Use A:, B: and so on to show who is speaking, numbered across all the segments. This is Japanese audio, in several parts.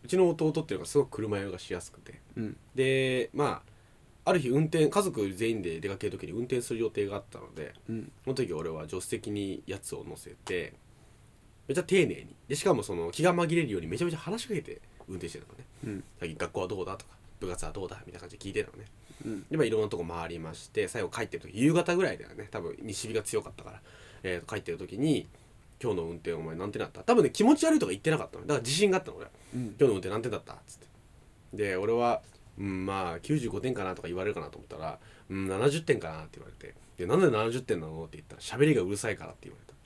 A: ちの弟っていうのがすごく車酔いがしやすくて、でまあある日家族全員で出かける時に運転する予定があったので、その時俺は助手席にやつを乗せてめっちゃ丁寧にで、しかもその気が紛れるようにめちゃめちゃ話しかけて運転してたのね、最近学校はどうだとか部活はどうだみたいな感じで聞いてたのね、でまあいろんなとこ回りまして、最後帰ってる時夕方ぐらいだよね、多分西日が強かったから、帰ってる時に今日の運転お前何点だった？多分ね気持ち悪いとか言ってなかったのだから自信があったの俺、今日の運転何点だったっつってで俺はまあ95点かなとか言われるかなと思ったら70点かなって言われて、でなんで70点なのって言ったら喋りがうるさいからって言われた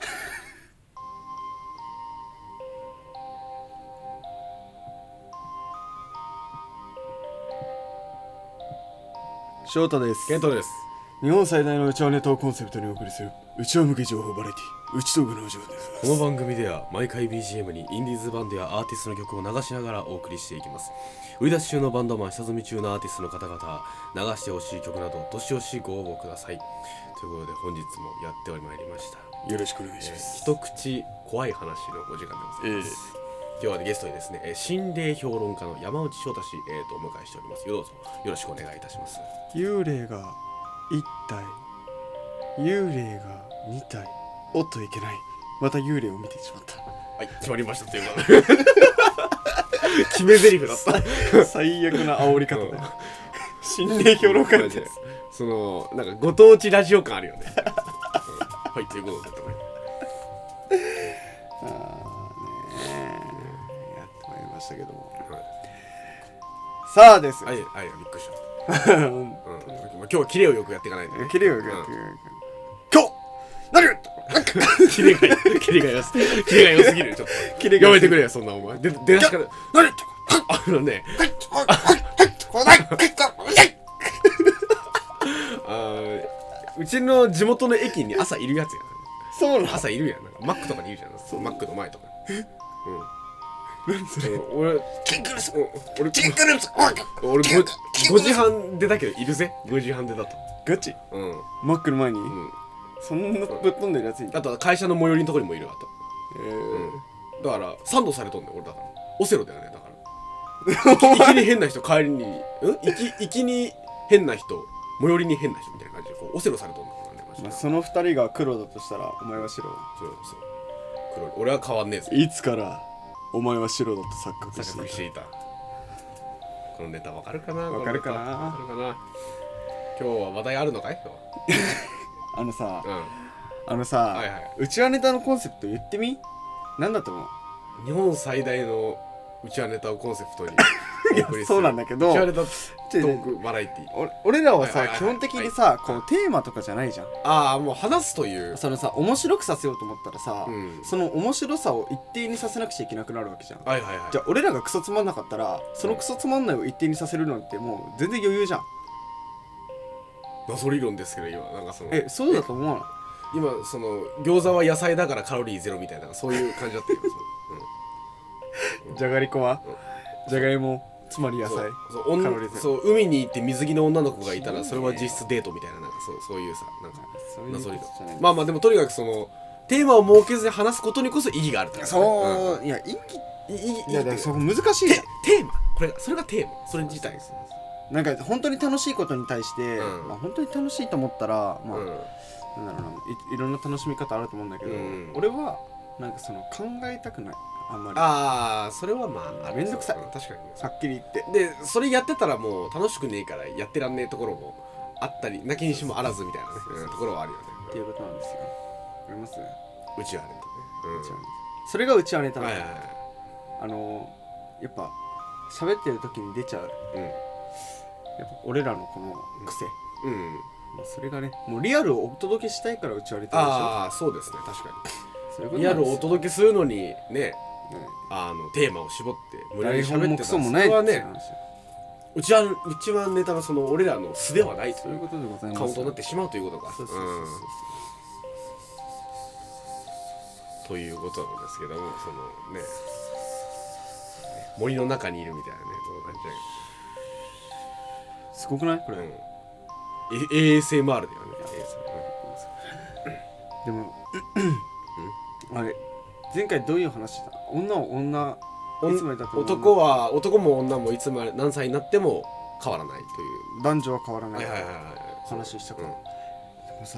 B: 翔太です。
A: ケントです。
B: 日本最大のうちわネタをコンセプトにお送りするうちわ向け情報バラエティ、うちトークのお時間です。
A: この番組では毎回 BGM にインディーズバンドやアーティストの曲を流しながらお送りしていきます。売り出し中のバンドマン、下積み中のアーティストの方々、流してほしい曲などどしどしご応募ください。ということで本日もやってまいりました。
B: よろしくお願いします。
A: 一口怖い話のお時間でございます。今日はゲストにですね、心霊評論家の山内翔太氏、お迎えしております。どうぞよろしくお願いいたします。
B: 幽霊が1体、幽霊が2体、おっといけない、また幽霊を見てしまった。
A: はい、決まりましたということで決め台詞だった
B: 最悪な煽り方だよ心霊評論家です。
A: そのなんかご当地ラジオ感あるよねはいということで
B: やってまいりましたけども、さあですよ。
A: はいびっくりした今日はキレをよくやっていかないとね。
B: キレをよくやっていかないと、今日何を
A: キレが良すぎる。ちょっとやめてくれよそんなお前出だしから何あのねうちの地元の駅に朝いるやつや。
B: そうなの？
A: 朝いるやん。なんかマックとかにいるじゃん。マックの前とか。
B: 何それ？
A: 俺5時半出だけどいるぜ。5時半出だと。
B: ガチ？マックの前に？そんなぶっ飛んでるやついる？
A: あとは会社の最寄りのところにもいる。あとだからサンドされとんねん俺だから。オセロだよねだから。行きに変な人帰りに行きに変な人最寄りに変な人みたいな感じでこうオセロされとんだからね。
B: まあ、その2人が黒だとしたらお前は白。
A: そう黒い。俺は変わんねえぞ。
B: いつからお前は白だと錯覚していた。
A: このネタわかるかな。
B: わかるかな。
A: 今日は話題あるのかい？
B: あのさ、うちわネタのコンセプト言ってみ。なんだと思う？
A: 日本最大のうちわネタをコンセプトに
B: そうなんだけど、
A: うちわネタトークバラエティ
B: 俺らはさ、基本的にさ、こうテーマとかじゃないじゃん。
A: もう話すという
B: そのさ、面白くさせようと思ったらさ、その面白さを一定にさせなくちゃいけなくなるわけじゃん。じゃあ俺らがクソつまんなかったら、そのクソつまんないを一定にさせるなんてもう全然余裕じゃん。
A: 謎理論ですけど今なんかその
B: そうだと思うの？
A: 今その餃子は野菜だからカロリーゼロみたいなそういう感じだったよ。
B: じゃがりこはじゃがいも、つまり野菜。
A: そう海に行って水着の女の子がいたらそれは実質デートみたいな、なんかそういうさなんか謎理論。まあでもとにかくそのテーマを設けずに話すことにこそ意義があるという、
B: そう、いや意義そこ難しいじゃん。
A: テーマそれがテーマ、それ自体です
B: なんか本当に楽しいことに対して、本当に楽しいと思ったらなんだろうな、いろんな楽しみ方あると思うんだけど、俺はなんかその考えたくない、あんまり。
A: それはまあ
B: めんどくさい。
A: 確かに
B: はっきり言って。
A: でそれやってたらもう楽しくねえからやってらんねえところもあったり、なきにしもあらずみたいなねところはあるよね。
B: っていうことなんですよ。あります？
A: うちわネタね。
B: それがうちわネタなんだよ。やっぱ喋ってる時に出ちゃう。やっぱ俺らのこの癖。それがね、もうリアルをお届けしたいからうちわネタでしょ。
A: そうですね、確かに。リアルをお届けするのにね、テーマを絞って無理やり喋ってた。それはね、うちはネタはその俺らの素ではないということでございます。カウントになってしまうということか。ということなんですけども、そのね森の中にいるみたいなね、この感じだけ
B: ど。すごくないこれ？
A: ASMR だよね。
B: でもあれ前回どういう話した？女を女いつまでたっても
A: 男も女もいつまで何歳になっても変わらないという
B: 男女は変わらない
A: はい
B: 話したから、でもさ、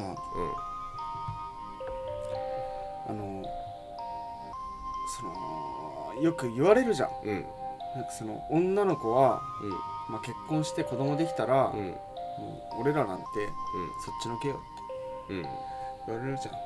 B: よく言われるじゃん、なんかその女の子は、まあ、結婚して子供できたら、もう俺らなんて、そっちのけよって言われるじゃん、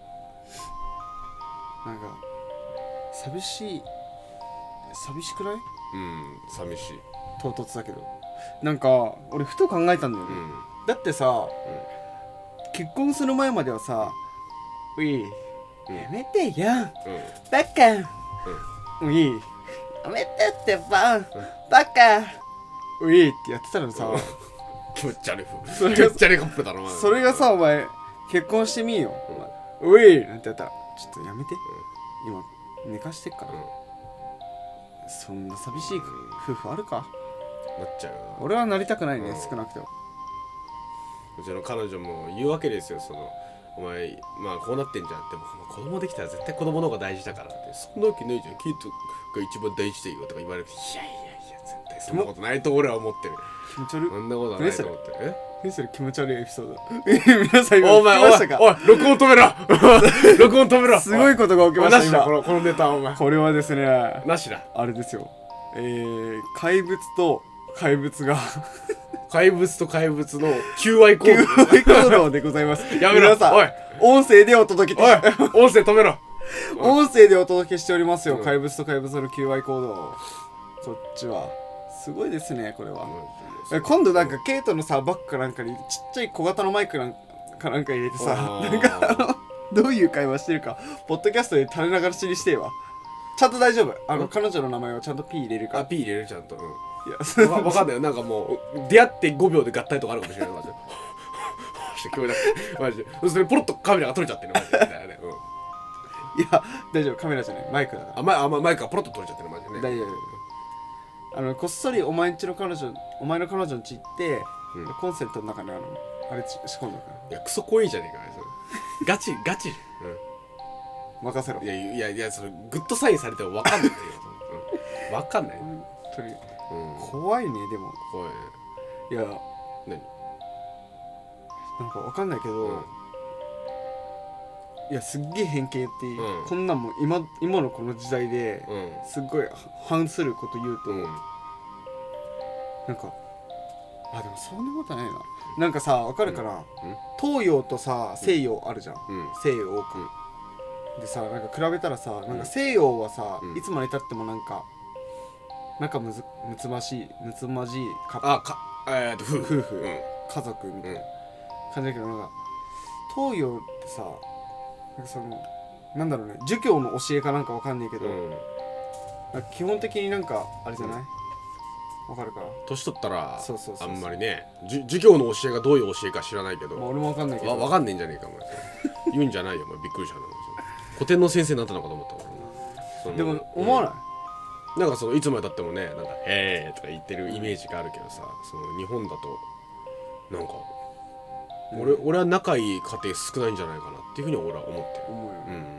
B: なんか寂しくない？
A: 寂しい。
B: 唐突だけど、なんか俺ふと考えたんだよね、だってさ、結婚する前まではさ、うい、やめてよ、バカ、うい、やめてってば、バカ、ういってやってたのさ、
A: 気持ち悪い気持ち悪いカップだろ。
B: それがさ、お前結婚してみよ、ういなんてやったらちょっとやめて、今寝かしてっから、そんな寂しい夫婦あるか？
A: なっちゃうよな。
B: 俺はなりたくないね、少なくても。
A: うちの彼女も言うわけですよ、そのお前まあこうなってんじゃんって、もう子供できたら絶対子供の方が大事だからって、そんなわけないじゃん、キッドが一番大事だよとか言われて、いや絶対そんなことないと俺は思ってる。
B: 気持ち悪い。
A: そんなことないと思ってる。
B: 何それ気持ち悪いエピソード。皆さん今聞きましたか？
A: おい録音止めろ録音止めろ。
B: すごいことが起きました今。
A: このネタお前。
B: これはですね、
A: なしだ。
B: あれですよ。怪物と怪物が
A: 怪物と怪物の求愛行動
B: でございます。
A: やめろ。
B: 皆さん、おい、音声でお届け
A: おい、音声止めろ。
B: 音声でお届けしておりますよ、怪物と怪物の求愛行動。そっちはすごいですね、これは。今度なんかケイトのさバッグかなんかにちっちゃい小型のマイクなんか入れてさ、なんかどういう会話してるかポッドキャストで垂れ流しにしてわ。ちゃんと大丈夫。彼女の名前をちゃんと P 入れるから。
A: P 入れるちゃんと。
B: いや、
A: わかんないよ。なんかもう出会って5秒で合体とかあるかもしれない。マジで聞こえなくて、マジでそれポロッとカメラが撮れちゃってるマジで。
B: いや大丈夫、カメラじゃないマイクだから。
A: マイクがポロッと撮れちゃってるマジでね。
B: 大丈夫。こっそりお前の彼女の家行って、コンセントの中にあれ仕込んだから。
A: いやクソ怖いじゃねえかそれ。ガチ。
B: 任せろ。
A: いやそれグッドサインされても分かんないよ。分かんない。
B: 本当に怖いね。でも
A: 怖いね。
B: いや
A: 何
B: なんか分かんないけど、いやすっげえ偏見言っていい、こんなんも今のこの時代ですっごい反すること言うと、なんかでもそんなことないな。なんかさ分かるかな、東洋とさ西洋あるじゃん、西洋か、でさなんか比べたらさ、なんか西洋はさ、いつまでたってもなんかむつまじい夫婦、家族みたいな感じだけど、なんか東洋ってさ、なんかそのなんだろうね、儒教の教えかなんかわかんないけど、なんか基本的になんかあれじゃない？わかるかな？
A: 年取ったら
B: そう
A: あんまりね、儒教の教えがどういう教えか知らないけど、
B: 俺もわかんないけど、
A: わかんねえんじゃねえかお前。言うんじゃないよお前、びっくりしたな。古典の先生になったのかと思ったからな。
B: でも思わない？
A: なんかそのいつまでたってもね、なんか「へー」とか言ってるイメージがあるけどさ、その日本だとなんか俺は仲いい家庭少ないんじゃないかなっていうふうに俺は思ってる。
B: 思うよ、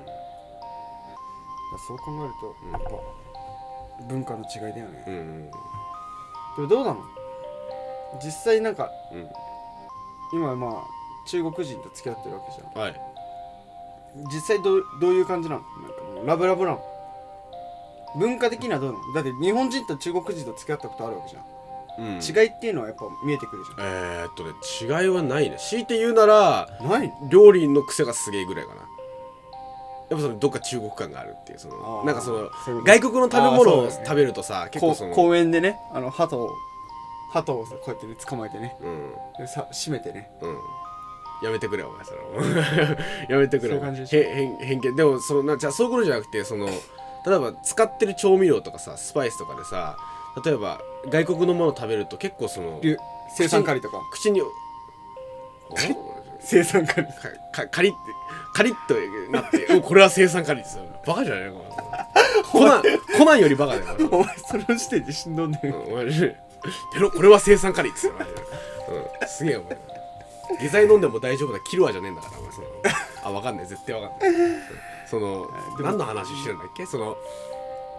B: そう考えるとやっぱ文化の違いだよね。でもどうなの実際なんか、今まあ中国人と付き合ってるわけじゃん。はい。実際どういう感じなの？なんかもうラブラブなの？文化的にはどうなの？だって日本人と中国人と付き合ったことあるわけじゃん。違いっていうのはやっぱ見えてくるじ
A: ゃん。違いはないね。強いて言うなら
B: ない
A: 料理の癖がすげえぐらいかな。やっぱそのどっか中国感があるっていう、そのなんかその外国の食べ物を食べるとさ、結構その
B: 公園でね、鳩をさこうやってね捕まえてね、でさ締めてね、
A: やめてくれお前それやめてくれ。偏見でもそのじゃあそういうことじゃなくて、その例えば使ってる調味料とかさ、スパイスとかでさ、例えば外国のものを食べると結構その
B: 生酸カリとか
A: 口に
B: 生酸カリ
A: カリッとなってこれは生酸カリですよ。バカじゃないのコナンよりバカだよ
B: お前その時点で死んどんねん。
A: これは生酸カリですよ。すげえお前下剤飲んでも大丈夫だキルアじゃねえんだからお前。そのわかんない、絶対わかんない。その何の話してるんだっけ。その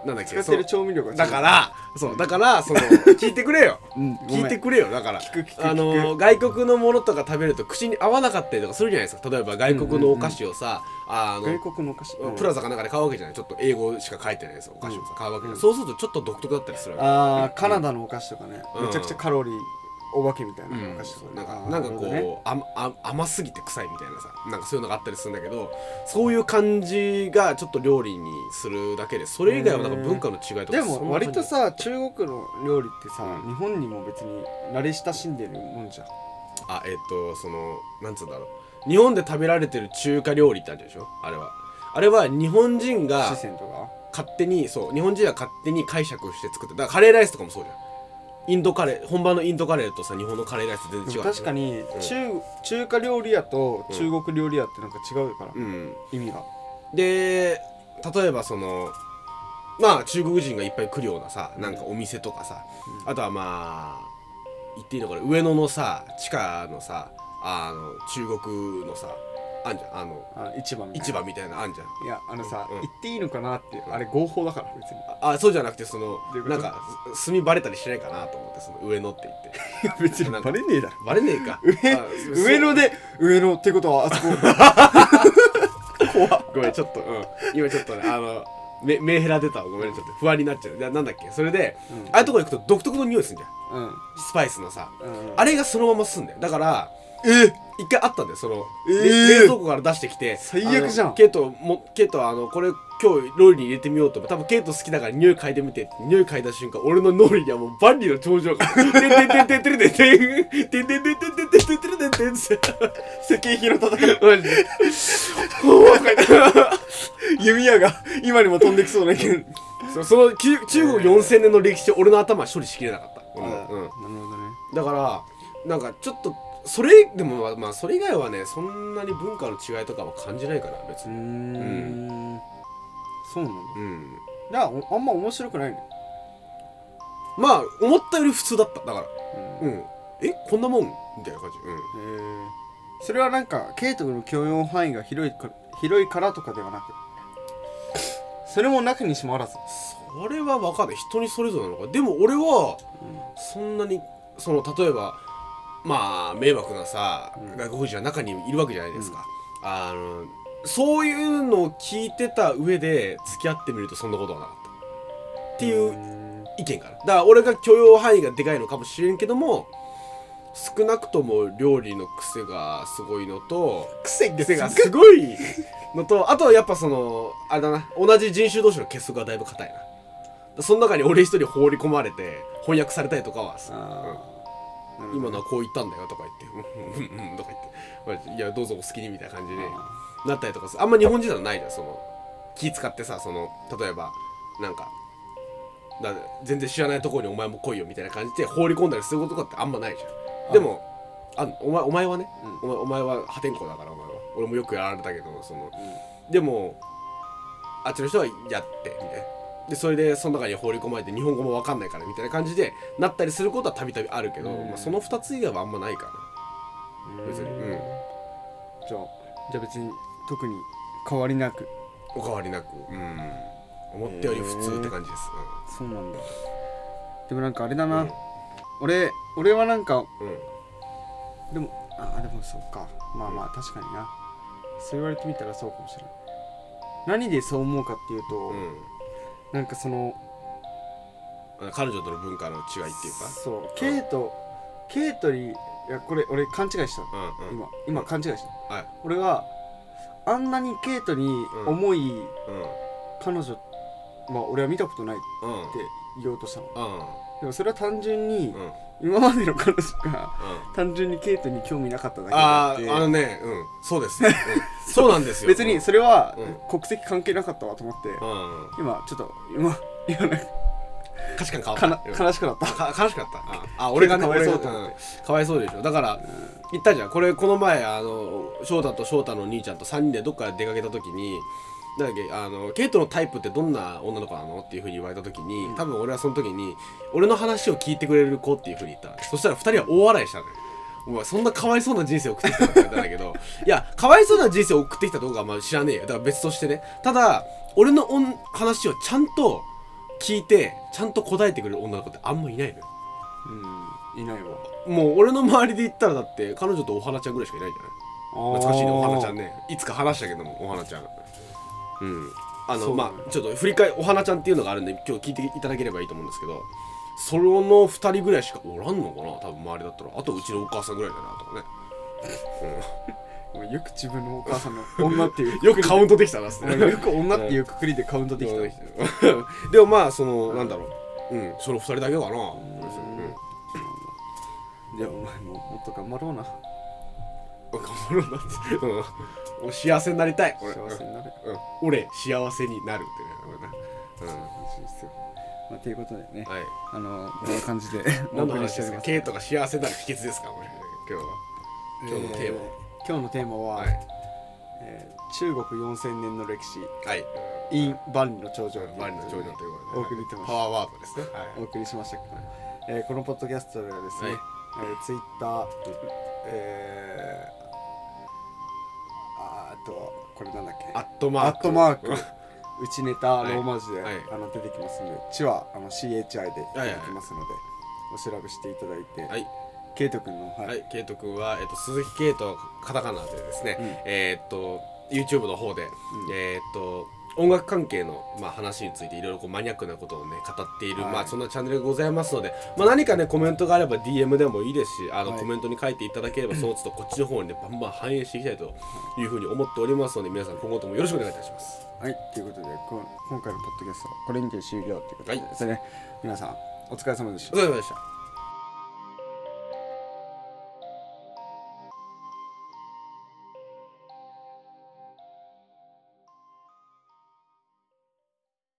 A: なんだっけ、
B: 使ってる調味料が違う。
A: だからその聞いてくれよ、聞いてくれよ。だから外国のものとか食べると口に合わなかったりとかするじゃないですか。例えば外国のお菓子をさ、
B: 外国のお菓子、
A: プラザかなんかで買うわけじゃない。ちょっと英語しか書いてないやつお菓子をさ買うわけじゃない。そうするとちょっと独特だったりする
B: わけ。カナダのお菓子とかね、めちゃくちゃカロリーお化けみたいなお菓子とか、
A: なんかこう甘すぎて臭いみたいなさ、なんかそういうのがあったりするんだけど、そういう感じがちょっと料理にするだけで、それ以外はなんか文化の違いとか。
B: でも割とさ、中国の料理ってさ、日本にも別に慣れ親しんでるもんじゃん。
A: そのなんつうんだろう、日本で食べられてる中華料理ってあるでしょ。あれは日本人が勝手に解釈して作って、だからカレーライスとかもそうじゃん。インドカレー、本場のインドカレーとさ日本のカレーライス全然違う。
B: 確かに、中華料理屋と中国料理屋ってなんか違うから、意味が。
A: で例えばそのまあ中国人がいっぱい来るようなさ、なんかお店とかさ、あとはまあ言っていいのかな、上野のさ地下のさ中国のさあんじゃん、市場みたいなあんじゃん。
B: いやさ、言っていいのかなって、あれ合法だから別に。
A: そうじゃなくて、そのなんか住みバレたりしないかなと思って、その上野って言って。
B: いや別にバレねえだろ。
A: バレねえか。
B: 上野ってことはあそこ怖っ。
A: ごめんちょっと、今ちょっとねメンヘラ出たわ。ごめんちょっと不安になっちゃう。なんだっけそれで、ああいうとこ行くと独特の匂いするんじゃん、スパイスのさ、あれがそのまますんだよ。だから一回あったんだよ、その、冷蔵庫から出してきて、
B: 最悪じゃん。
A: ケイトこれ今日料理に入れてみようと、多分ケイト好きだから匂い嗅いでみてって、匂い嗅いだ瞬間俺の脳裏にはもう万里の長城がてんてんてんてんてんてんてんてんてんてんてんてんてんてんてんてんって
B: 石碑の戦い
A: マジで
B: 弓矢が今にも飛んできそうなけど、
A: その中国4000年の歴史俺の頭は処理しきれなかった。
B: なるほどね。
A: だからなんかちょっとそれでもまあそれ以外はね、そんなに文化の違いとかは感じないかな別に。
B: そうなんだ。じゃああんま面白くないね。
A: まあ思ったより普通だった。だからこんなもんみたいな感じ。
B: それはなんかケイトの許容範囲が広いからとかではなく、それもなくにしもあらず。
A: それは分かんない。人にそれぞれなのか。でも俺はそんなにその例えばまあ迷惑なさ外国人は中にいるわけじゃないですか。そういうのを聞いてた上で付き合ってみるとそんなことはなかったっていう意見かな。だから俺が許容範囲がでかいのかもしれんけども、少なくとも料理の癖がすごいのと、
B: 癖
A: がすごいのと、あとはやっぱそのあれだな、同じ人種同士の結束がだいぶ硬いな。その中に俺一人放り込まれて翻訳されたりとかは今のはこう言ったんだよとか言ってとか言って、いやどうぞお好きにみたいな感じでなったりとか、あんま日本人はないじゃん。その気使ってさ、その例えばなんか全然知らないところにお前も来いよみたいな感じで放り込んだりすることとかってあんまないじゃん。でもお前はね、お前は破天荒だから、お前は俺もよくやられたけど、そのでもあっちの人はやってみたいな。でそれでその中に放り込まれて日本語も分かんないからみたいな感じでなったりすることはたびたびあるけど、その2つ以外はあんまないかな別に。
B: じゃあ別に特に変わりなく
A: 思ったより普通って感じです。
B: そうなんだ。でもなんかあれだな、俺はなんか、でもそうか、まあ確かにな、そう言われてみたらそうかもしれない。何でそう思うかっていうと、なんかその
A: 彼女との文化の違いっていうか、
B: そうケイトに、いやこれ俺勘違いした、今勘違いした、俺があんなにケイトに重い彼女は俺は見たことないって言おうとしたの。でもそれは単純に今までの彼女が単純にケイトに興味なかっただけであって、
A: そうですそうなんですよ。
B: 別にそれは国籍関係なかったわと思って、今ちょっと今ね
A: 価値観変わった。
B: 悲しくなった。
A: 悲しかった。俺がね、かわいそうと思って。かわいそうでしょ。だから言ったじゃん。この前翔太と翔太の兄ちゃんと3人でどっか出かけた時に、なんだっけケイトのタイプってどんな女の子なのっていう風に言われた時に、多分俺はその時に俺の話を聞いてくれる子っていう風に言った。そしたら2人は大笑いしたのよ。お前そんなかわいそうな人生を送ってきたって言ったんだけどいやかわいそうな人生を送ってきたとこがまあ知らねえよ。だから別としてね。ただ俺の話をちゃんと聞いてちゃんと答えてくれる女の子ってあんまいないのよ。
B: いないわ。
A: もう俺の周りで言ったらだって彼女とお花ちゃんぐらいしかいないじゃない。懐かしいね、お花ちゃんね。いつか話したけども、お花ちゃん。まあちょっと振り返りお花ちゃんっていうのがあるんで今日聞いていただければいいと思うんですけど、その2人ぐらいしかおらんのかな多分周りだったら。あとうちのお母さんぐらいだなとか
B: ね。よく自分のお母さんの女っていう
A: よくカウントできたなっすね。
B: よく女っていうくくりでカウントできた。
A: でもまあそのなんだろう、その2人だけかな。
B: じゃあお前もっと頑張ろうな。
A: 頑張ろうなって。幸せになりたい。
B: 幸せになる。
A: 俺幸せになるってね。
B: ということでね、こんな感じで
A: お送りしております。ケイトが幸せになる秘訣ですか今日は。
B: 今日のテーマは中国4000年の歴史 in 万里の長城ということでお送りしてました。
A: パワーワードですね。
B: お送りしましたけど、このポッドキャストではですね、ツイッター、これなんだっけ、
A: アットマーク
B: うちネタローマ字で出てきますので、ちはCHI で出てきますのでお調べしていただいて、ケイト君の
A: ケイト君は鈴木ケイトカタカナでですね、YouTube の方で音楽関係の話についていろいろマニアックなことをね語っているそんなチャンネルがございますので、何かねコメントがあれば DM でもいいですし、コメントに書いていただければその都度こっちの方にねバンバン反映していきたいというふうに思っておりますので、皆さん今後ともよろしくお願いいたします。
B: はい、ということで今回のポッドキャストはこれにて終了ということでですね、皆さんお疲れ様でした。
A: お疲れ様でした。